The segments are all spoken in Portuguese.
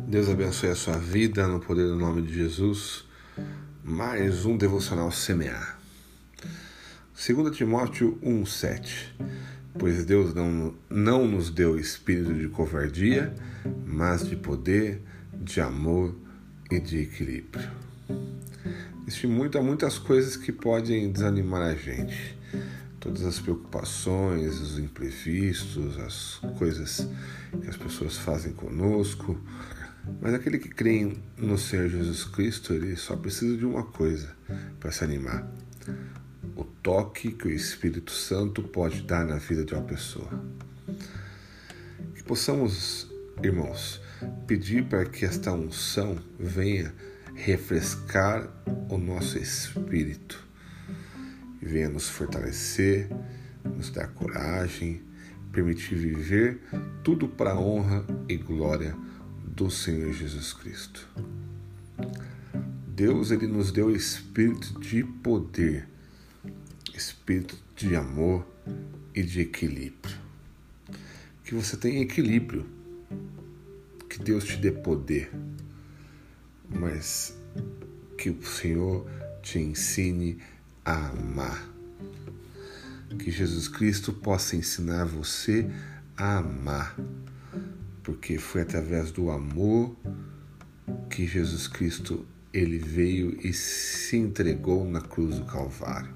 Deus abençoe a sua vida no poder do nome de Jesus. Mais um devocional semear. 2 Timóteo 1:7. Pois Deus não nos deu espírito de covardia, mas de poder, de amor e de equilíbrio. Existem muitas coisas que podem desanimar a gente. Todas as preocupações, os imprevistos, as coisas que as pessoas fazem conosco. Mas aquele que crê no Senhor Jesus Cristo, ele só precisa de uma coisa para se animar: o toque que o Espírito Santo pode dar na vida de uma pessoa. Que possamos, irmãos, pedir para que esta unção venha refrescar o nosso espírito e venha nos fortalecer, nos dar coragem, permitir viver tudo para a honra e glória do Senhor Jesus Cristo. Deus, ele nos deu espírito de poder, espírito de amor e de equilíbrio. Que você tenha equilíbrio, que Deus te dê poder, mas que o Senhor te ensine a amar. Que Jesus Cristo possa ensinar você a amar, porque foi através do amor que Jesus Cristo ele veio e se entregou na cruz do Calvário.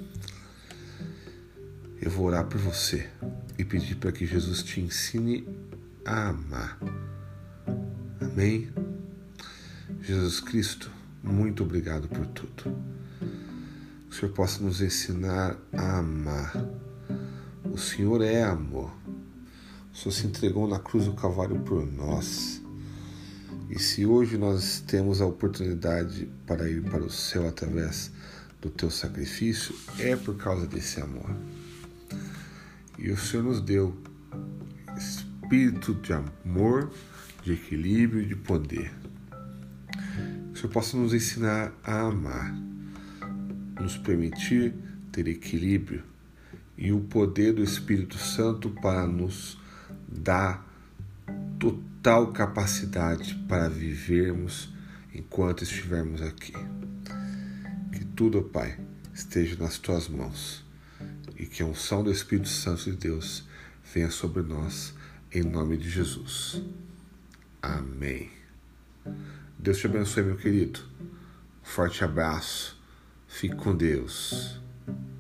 Eu vou orar por você e pedir para que Jesus te ensine a amar. Amém? Jesus Cristo, muito obrigado por tudo. Que o Senhor possa nos ensinar a amar. O Senhor é amor. O Senhor se entregou na cruz do Calvário por nós. E se hoje nós temos a oportunidade para ir para o céu através do teu sacrifício, é por causa desse amor. E o Senhor nos deu espírito de amor, de equilíbrio e de poder. Que o Senhor possa nos ensinar a amar, nos permitir ter equilíbrio e o poder do Espírito Santo para nos dar total capacidade para vivermos enquanto estivermos aqui. Que tudo, Pai, esteja nas tuas mãos e que a unção do Espírito Santo de Deus venha sobre nós, em nome de Jesus. Amém. Deus te abençoe, meu querido. Forte abraço. Fique com Deus.